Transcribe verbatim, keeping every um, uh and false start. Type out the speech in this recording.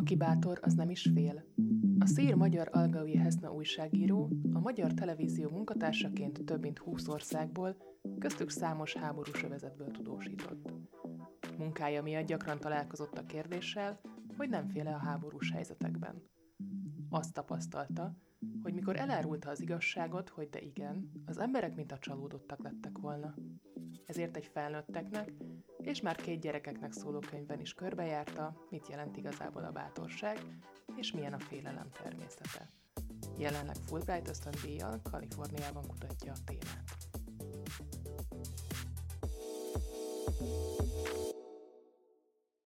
Aki bátor, az nem is fél. A szír magyar Algaui Heszna újságíró a Magyar Televízió munkatársaként több mint húsz országból, köztük számos háborús övezetből tudósított. Munkája miatt gyakran találkozott a kérdéssel, hogy nem fél-e a háborús helyzetekben. Azt tapasztalta, hogy mikor elárulta az igazságot, hogy de igen, az emberek mintha csalódottak lettek volna. Ezért egy felnőtteknek és már két gyerekeknek szóló könyvben is körbejárta, mit jelent igazából a bátorság, és milyen a félelem természete. Jelenleg Fulbright ösztöndíjjal Kaliforniában kutatja a témát.